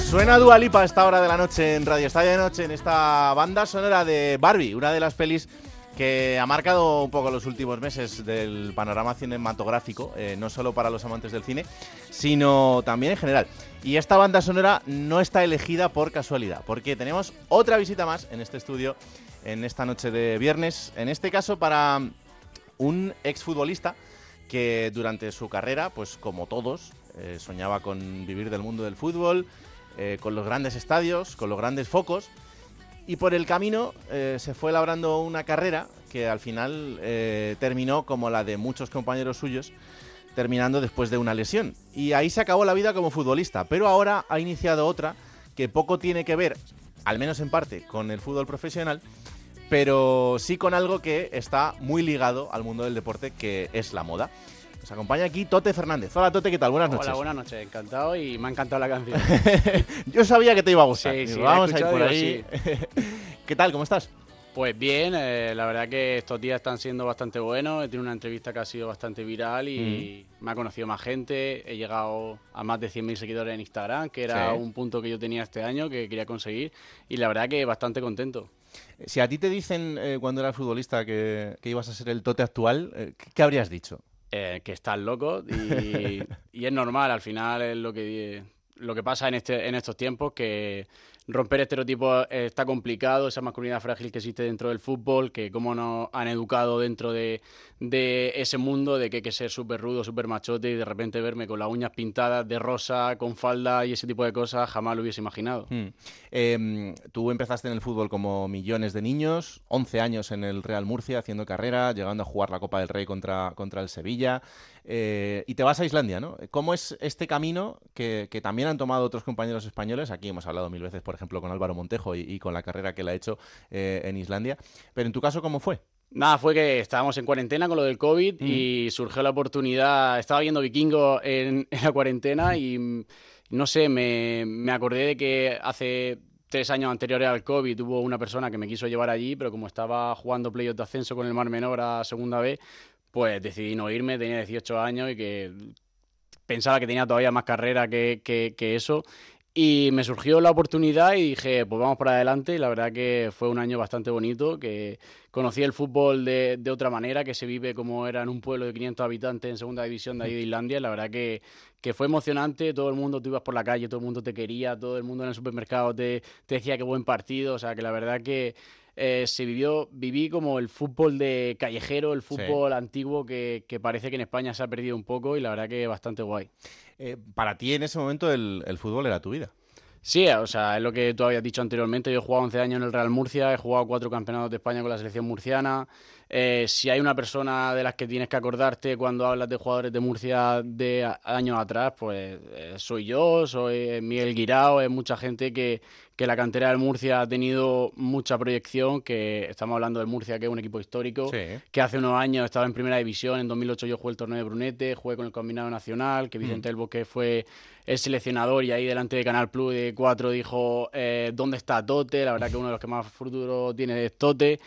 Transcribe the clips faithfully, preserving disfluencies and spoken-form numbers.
Suena Dua Lipa a esta hora de la noche en Radio Estadio de Noche, en esta banda sonora de Barbie, una de las pelis que ha marcado un poco los últimos meses del panorama cinematográfico, eh, no solo para los amantes del cine, sino también en general. Y esta banda sonora no está elegida por casualidad, porque tenemos otra visita más en este estudio, en esta noche de viernes, en este caso para un exfutbolista que durante su carrera, pues como todos, eh, soñaba con vivir del mundo del fútbol, eh, con los grandes estadios, con los grandes focos, y por el camino eh, se fue labrando una carrera que al final eh, terminó como la de muchos compañeros suyos, terminando después de una lesión. Y ahí se acabó la vida como futbolista, pero ahora ha iniciado otra que poco tiene que ver, al menos en parte, con el fútbol profesional, pero sí con algo que está muy ligado al mundo del deporte, que es la moda. Nos acompaña aquí Tote Fernández. Hola Tote, ¿qué tal? Buenas noches. Hola, buenas noches, encantado y me ha encantado la canción. Yo sabía que te iba a gustar. Sí, sí, vamos a ir escuchado, por digo, ahí. sí. ¿Qué tal? ¿Cómo estás? Pues bien, eh, la verdad que estos días están siendo bastante buenos. He tenido una entrevista que ha sido bastante viral y mm. me ha conocido más gente. He llegado a más de cien mil seguidores en Instagram, que era sí. un punto que yo tenía este año, que quería conseguir. Y la verdad que bastante contento. Si a ti te dicen eh, cuando eras futbolista que, que ibas a ser el Tote actual, eh, ¿qué habrías dicho? Eh, que estás loco y, y es normal, al final es lo que, lo que pasa en, este, en estos tiempos, que romper estereotipos está complicado, esa masculinidad frágil que existe dentro del fútbol, que cómo nos han educado dentro de, de ese mundo de que hay que ser súper rudo, súper machote, y de repente verme con las uñas pintadas de rosa, con falda y ese tipo de cosas, jamás lo hubiese imaginado. Hmm. Eh, tú empezaste en el fútbol como millones de niños, once años en el Real Murcia haciendo carrera, llegando a jugar la Copa del Rey contra, contra el Sevilla, eh, y te vas a Islandia, ¿no? ¿Cómo es este camino que, que también han tomado otros compañeros españoles? Aquí hemos hablado mil veces, por ejemplo, con Álvaro Montejo y, y con la carrera que él ha hecho eh, en Islandia, pero en tu caso, ¿cómo fue? Nada, fue que estábamos en cuarentena con lo del COVID mm. y surgió la oportunidad. Estaba viendo Vikingo en, en la cuarentena y, no sé, me, me acordé de que hace tres años anteriores al COVID hubo una persona que me quiso llevar allí, pero como estaba jugando playoff de ascenso con el Mar Menor a segunda vez, pues decidí no irme. Tenía dieciocho años y que pensaba que tenía todavía más carrera que, que, que eso. Y me surgió la oportunidad y dije, pues vamos por adelante. Y la verdad que fue un año bastante bonito, que conocí el fútbol de, de otra manera, que se vive como era en un pueblo de quinientos habitantes en segunda división de ahí de Islandia. La verdad que, que fue emocionante. Todo el mundo, tú ibas por la calle, todo el mundo te quería, todo el mundo en el supermercado te, te decía qué buen partido. O sea, que la verdad que eh, se vivió, viví como el fútbol de callejero, el fútbol sí. antiguo que, que parece que en España se ha perdido un poco, y la verdad que bastante guay. Eh, para ti en ese momento el, el fútbol era tu vida. Sí, o sea, es lo que tú habías dicho anteriormente. Yo he jugado once años en el Real Murcia, he jugado cuatro campeonatos de España con la selección murciana. Eh, si hay una persona de las que tienes que acordarte cuando hablas de jugadores de Murcia de años atrás, pues eh, soy yo, soy Miguel Guirao, es mucha gente que, que la cantera del Murcia ha tenido mucha proyección, que estamos hablando del Murcia, que es un equipo histórico, sí. que hace unos años estaba en primera división. En dos mil ocho yo jugué el torneo de Brunete, jugué con el combinado nacional, que Vicente mm. del Bosque fue el seleccionador, y ahí delante de Canal Plus de cuatro dijo eh, ¿dónde está Tote? La verdad que uno de los que más futuro tiene es Tote.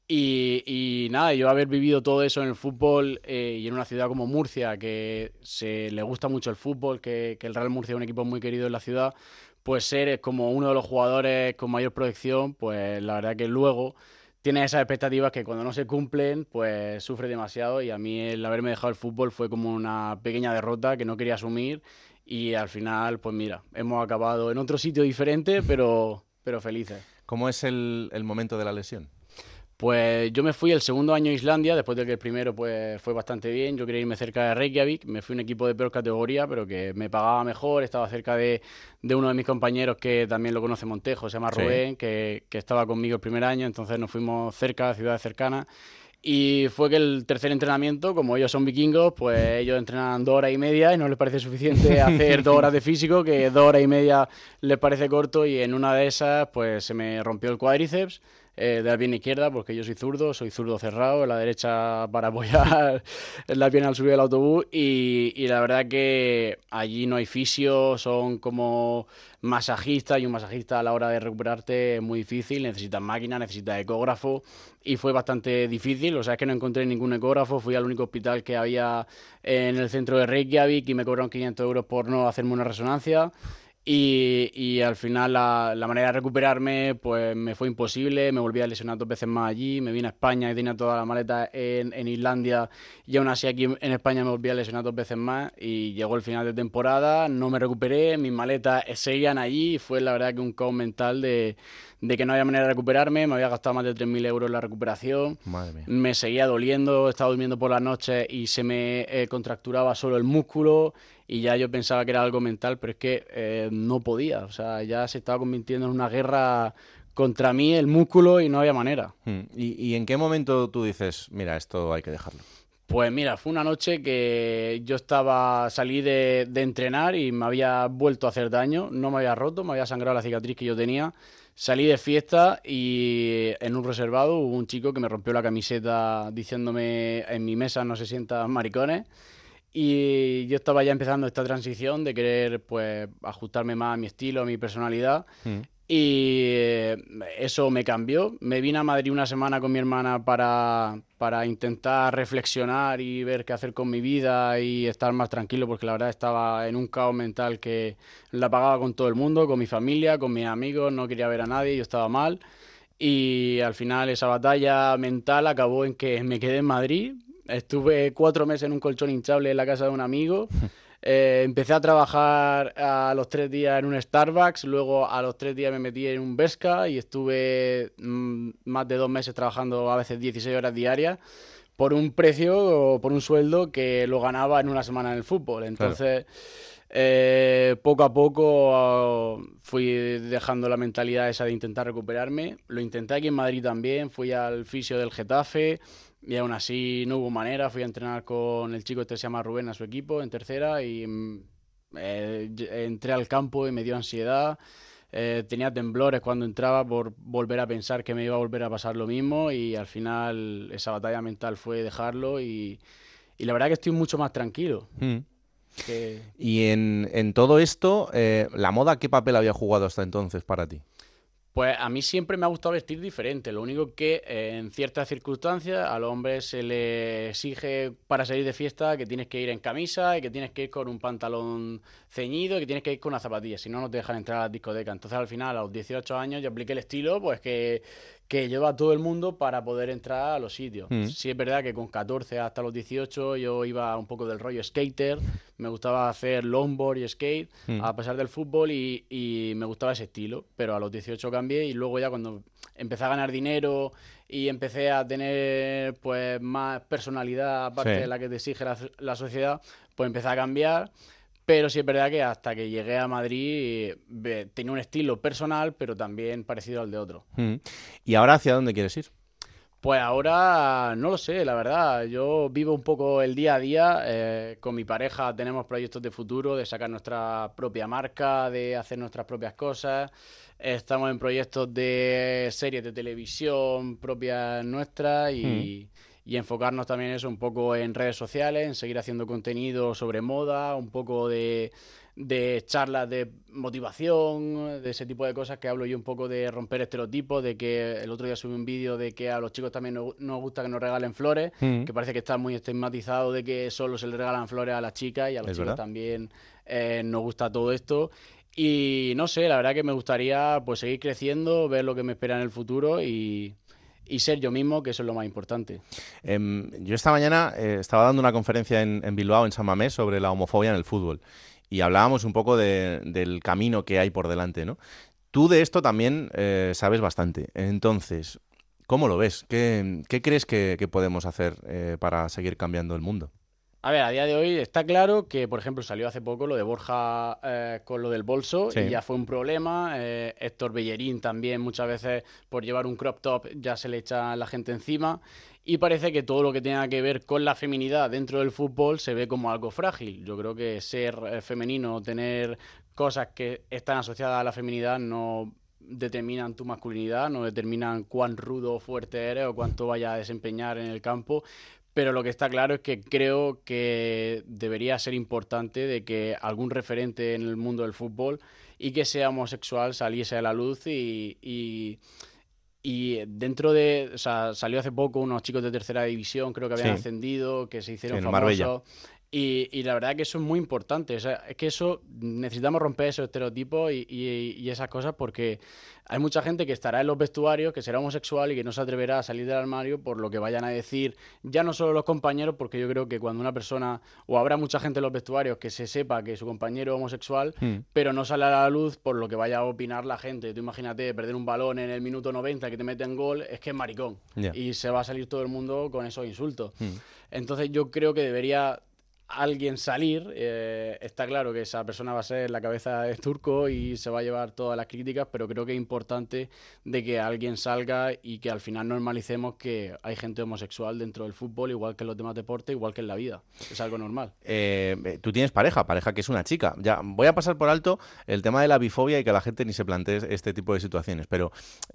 Y, y nada, yo haber vivido todo eso en el fútbol eh, y en una ciudad como Murcia, que se le gusta mucho el fútbol, que, que el Real Murcia es un equipo muy querido en la ciudad, pues ser como uno de los jugadores con mayor proyección, pues la verdad que luego tienes esas expectativas que cuando no se cumplen, pues sufre demasiado. Y a mí el haberme dejado el fútbol fue como una pequeña derrota que no quería asumir, y al final, pues mira, hemos acabado en otro sitio diferente, pero, pero felices. ¿Cómo es el, el momento de la lesión? Pues yo me fui el segundo año a Islandia, después de que el primero pues fue bastante bien. Yo quería irme cerca de Reykjavik, me fui a un equipo de peor categoría, pero que me pagaba mejor. Estaba cerca de, de uno de mis compañeros que también lo conoce Montejo, se llama sí. Rubén, que, que estaba conmigo el primer año, entonces nos fuimos cerca, ciudades cercanas. Y fue que el tercer entrenamiento, como ellos son vikingos, pues ellos entrenan dos horas y media y no les parece suficiente hacer dos horas de físico, que dos horas y media les parece corto, y en una de esas pues se me rompió el cuádriceps eh, de la pierna izquierda, porque yo soy zurdo, soy zurdo cerrado, en la derecha para apoyar la pierna al subir el autobús, y, y la verdad que allí no hay fisio, son como masajistas, y un masajista a la hora de recuperarte es muy difícil, necesitas máquina, necesitas ecógrafo, y fue bastante difícil. O sea, es que no encontré ningún ecógrafo, fui al único hospital que había en el centro de Reykjavik y me cobraron quinientos euros por no hacerme una resonancia. Y, y al final la, la manera de recuperarme pues me fue imposible, me volví a lesionar dos veces más allí, me vine a España y tenía toda la maleta en, en Islandia y aún así aquí en España me volví a lesionar dos veces más y llegó el final de temporada, no me recuperé, mis maletas seguían allí y fue la verdad que un caos mental de, de que no había manera de recuperarme, me había gastado más de tres mil euros en la recuperación, Madre mía. me seguía doliendo, estaba durmiendo por las noches y se me eh, contracturaba solo el músculo. Y ya yo pensaba que era algo mental, pero es que eh, no podía. O sea, ya se estaba convirtiendo en una guerra contra mí, el músculo, y no había manera. Hmm. ¿Y, y en qué momento tú dices, mira, esto hay que dejarlo? Pues mira, fue una noche que yo estaba, salí de, de entrenar y me había vuelto a hacer daño. No me había roto, me había sangrado la cicatriz que yo tenía. Salí de fiesta y en un reservado hubo un chico que me rompió la camiseta diciéndome en mi mesa no se sientan maricones. Y yo estaba ya empezando esta transición de querer pues ajustarme más a mi estilo, a mi personalidad. Mm. Y eh, eso me cambió. Me vine a Madrid una semana con mi hermana para, para intentar reflexionar y ver qué hacer con mi vida y estar más tranquilo, porque la verdad estaba en un caos mental que la pagaba con todo el mundo, con mi familia, con mis amigos, no quería ver a nadie, yo estaba mal. Y al final esa batalla mental acabó en que me quedé en Madrid. Estuve cuatro meses en un colchón hinchable en la casa de un amigo. Eh, empecé a trabajar a los tres días en un Starbucks, luego a los tres días me metí en un Bershka y estuve mmm, más de dos meses trabajando a veces dieciséis horas diarias por un precio o por un sueldo que lo ganaba en una semana en el fútbol. Entonces, claro. eh, poco a poco uh, fui dejando la mentalidad esa de intentar recuperarme. Lo intenté aquí en Madrid también, fui al fisio del Getafe. Y aún así no hubo manera, fui a entrenar con el chico este que se llama Rubén a su equipo en tercera y eh, entré al campo y me dio ansiedad, eh, tenía temblores cuando entraba por volver a pensar que me iba a volver a pasar lo mismo y al final esa batalla mental fue dejarlo y, y la verdad que estoy mucho más tranquilo. Mm. Que... Y en, en todo esto, eh, ¿la moda qué papel había jugado hasta entonces para ti? Pues a mí siempre me ha gustado vestir diferente, lo único que eh, en ciertas circunstancias a los hombres se les exige para salir de fiesta que tienes que ir en camisa y que tienes que ir con un pantalón ceñido y que tienes que ir con unas zapatillas, si no no te dejan entrar a las discotecas. Entonces al final a los dieciocho años yo apliqué el estilo pues que, que lleva todo el mundo para poder entrar a los sitios. Mm. Sí es verdad que con catorce hasta los dieciocho yo iba un poco del rollo skater, me gustaba hacer longboard y skate mm. a pesar del fútbol y, y me gustaba ese estilo, pero a los dieciocho cambié y luego ya cuando empecé a ganar dinero y empecé a tener pues más personalidad aparte sí. de la que te exige la, la sociedad, pues empecé a cambiar. Pero sí es verdad que hasta que llegué a Madrid eh, tenía un estilo personal, pero también parecido al de otro. Mm. ¿Y ahora hacia dónde quieres ir? Pues ahora no lo sé, la verdad. Yo vivo un poco el día a día. Eh, con mi pareja tenemos proyectos de futuro, de sacar nuestra propia marca, de hacer nuestras propias cosas. Estamos en proyectos de series de televisión propias nuestras y... Mm. Y enfocarnos también eso un poco en redes sociales, en seguir haciendo contenido sobre moda, un poco de, de charlas de motivación, de ese tipo de cosas que hablo yo un poco de romper estereotipos, de que el otro día subí un vídeo de que a los chicos también nos, nos gusta que nos regalen flores, mm. que parece que está muy estigmatizado de que solo se le regalan flores a las chicas y a los ¿Es chicos verdad? También eh, nos gusta todo esto. Y no sé, la verdad que me gustaría pues seguir creciendo, ver lo que me espera en el futuro y... y ser yo mismo, que eso es lo más importante. Eh, yo esta mañana eh, estaba dando una conferencia en, en Bilbao, en San Mamés, sobre la homofobia en el fútbol. Y hablábamos un poco de, del camino que hay por delante, ¿no? Tú de esto también eh, sabes bastante. Entonces, ¿cómo lo ves? ¿Qué, qué crees que, que podemos hacer eh, para seguir cambiando el mundo? A ver, a día de hoy está claro que, por ejemplo, salió hace poco lo de Borja eh, con lo del bolso sí. y ya fue un problema. Eh, Héctor Bellerín también muchas veces por llevar un crop top ya se le echa a la gente encima y parece que todo lo que tenga que ver con la feminidad dentro del fútbol se ve como algo frágil. Yo creo que ser eh, femenino, tener cosas que están asociadas a la feminidad no determinan tu masculinidad, no determinan cuán rudo o fuerte eres o cuánto vayas a desempeñar en el campo. Pero lo que está claro es que creo que debería ser importante de que algún referente en el mundo del fútbol y que sea homosexual saliese a la luz y, y, y dentro de... O sea, salió hace poco unos chicos de tercera división, creo que habían sí. ascendido, que se hicieron sí, famosos. Y, y la verdad que eso es muy importante. O sea, es que eso, necesitamos romper esos estereotipos y, y, y esas cosas, porque hay mucha gente que estará en los vestuarios, que será homosexual y que no se atreverá a salir del armario por lo que vayan a decir, ya no solo los compañeros, porque yo creo que cuando una persona, o habrá mucha gente en los vestuarios que se sepa que su compañero es homosexual, mm. pero no sale a la luz por lo que vaya a opinar la gente. Tú imagínate perder un balón en el minuto noventa que te meten gol, es que es maricón. Yeah. Y se va a salir todo el mundo con esos insultos. Mm. Entonces yo creo que debería alguien salir, eh, está claro que esa persona va a ser la cabeza de turco y se va a llevar todas las críticas, pero creo que es importante de que alguien salga y que al final normalicemos que hay gente homosexual dentro del fútbol, igual que en los demás deportes, igual que en la vida. Es algo normal. Eh, tú tienes pareja, pareja que es una chica. Ya voy a pasar por alto el tema de la bifobia y que la gente ni se plantee este tipo de situaciones, pero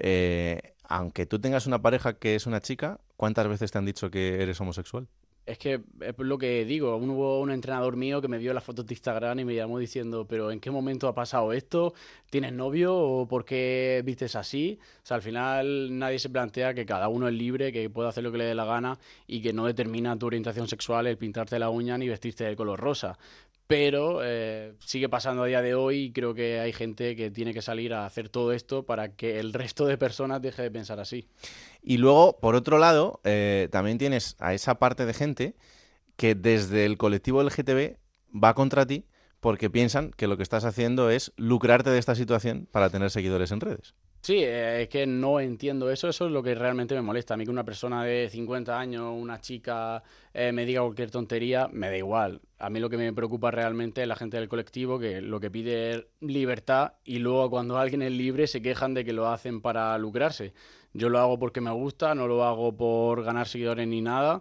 eh, aunque tú tengas una pareja que es una chica, ¿cuántas veces te han dicho que eres homosexual? Es que es lo que digo, hubo un entrenador mío que me vio las fotos de Instagram y me llamó diciendo, pero ¿en qué momento ha pasado esto? ¿Tienes novio o por qué vistes así? O sea, al final nadie se plantea que cada uno es libre, que puede hacer lo que le dé la gana y que no determina tu orientación sexual el pintarte la uña ni vestirte de color rosa. Pero eh, sigue pasando a día de hoy y creo que hay gente que tiene que salir a hacer todo esto para que el resto de personas deje de pensar así. Y luego, por otro lado, eh, también tienes a esa parte de gente que desde el colectivo L G T B va contra ti porque piensan que lo que estás haciendo es lucrarte de esta situación para tener seguidores en redes. Sí, eh, es que no entiendo eso, eso es lo que realmente me molesta. A mí que una persona de cincuenta años, una chica, eh, me diga cualquier tontería, me da igual. A mí lo que me preocupa realmente es la gente del colectivo, que lo que pide es libertad y luego cuando alguien es libre se quejan de que lo hacen para lucrarse. Yo lo hago porque me gusta, no lo hago por ganar seguidores ni nada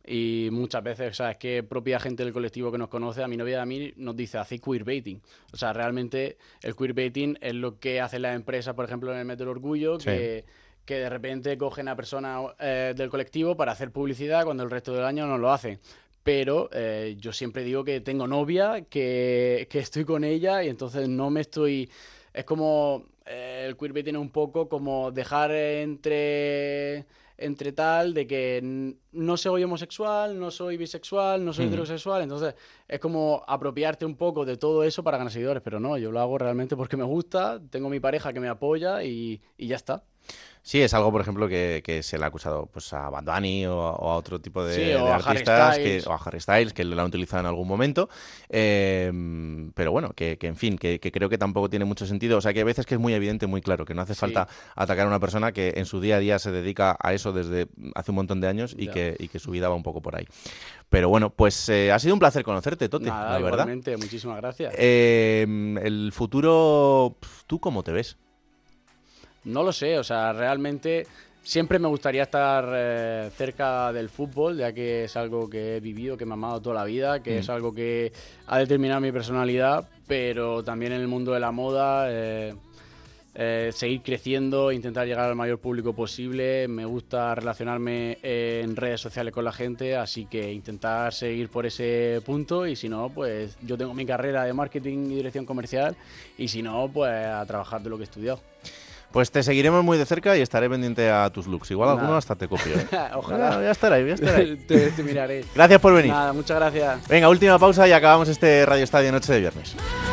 y muchas veces, o sea, es que propia gente del colectivo que nos conoce, a mi novia y a mí, nos dice, hacéis queerbaiting. O sea, realmente el queerbaiting es lo que hacen las empresas, por ejemplo, en el mes del orgullo, sí. que, que de repente cogen a personas eh, del colectivo para hacer publicidad cuando el resto del año no lo hacen. Pero eh, yo siempre digo que tengo novia, que, que estoy con ella y entonces no me estoy... Es como... Eh, el queerbaiting es un poco como dejar entre... entre tal de que no soy homosexual, no soy bisexual, no soy mm. heterosexual, entonces es como apropiarte un poco de todo eso para ganar seguidores, pero no, yo lo hago realmente porque me gusta, tengo mi pareja que me apoya y, y ya está. Sí, es algo, por ejemplo, que, que se le ha acusado pues, a Bad Bunny o, o a otro tipo de, sí, de o artistas, a que, o a Harry Styles, que lo han utilizado en algún momento. Eh, pero bueno, que, que en fin, que, que creo que tampoco tiene mucho sentido. O sea, que hay veces que es muy evidente, muy claro, que no hace sí. falta atacar a una persona que en su día a día se dedica a eso desde hace un montón de años y, que, y que su vida va un poco por ahí. Pero bueno, pues eh, ha sido un placer conocerte, Tote, Nada, la verdad. Igualmente, muchísimas gracias. Eh, el futuro, ¿tú cómo te ves? No lo sé, o sea, realmente siempre me gustaría estar eh, cerca del fútbol, ya que es algo que he vivido, que me ha amado toda la vida, que mm. es algo que ha determinado mi personalidad, pero también en el mundo de la moda, eh, eh, seguir creciendo, intentar llegar al mayor público posible. Me gusta relacionarme en redes sociales con la gente, así que intentar seguir por ese punto y si no, pues yo tengo mi carrera de marketing y dirección comercial y si no, pues a trabajar de lo que he estudiado. Pues te seguiremos muy de cerca y estaré pendiente a tus looks. Igual Nada. alguno hasta te copio, ¿eh? Ojalá. Voy a estar ahí, voy a estar ahí. te, te miraré. Gracias por venir. Nada, muchas gracias. Venga, última pausa y acabamos este Radio Estadio Noche de Viernes.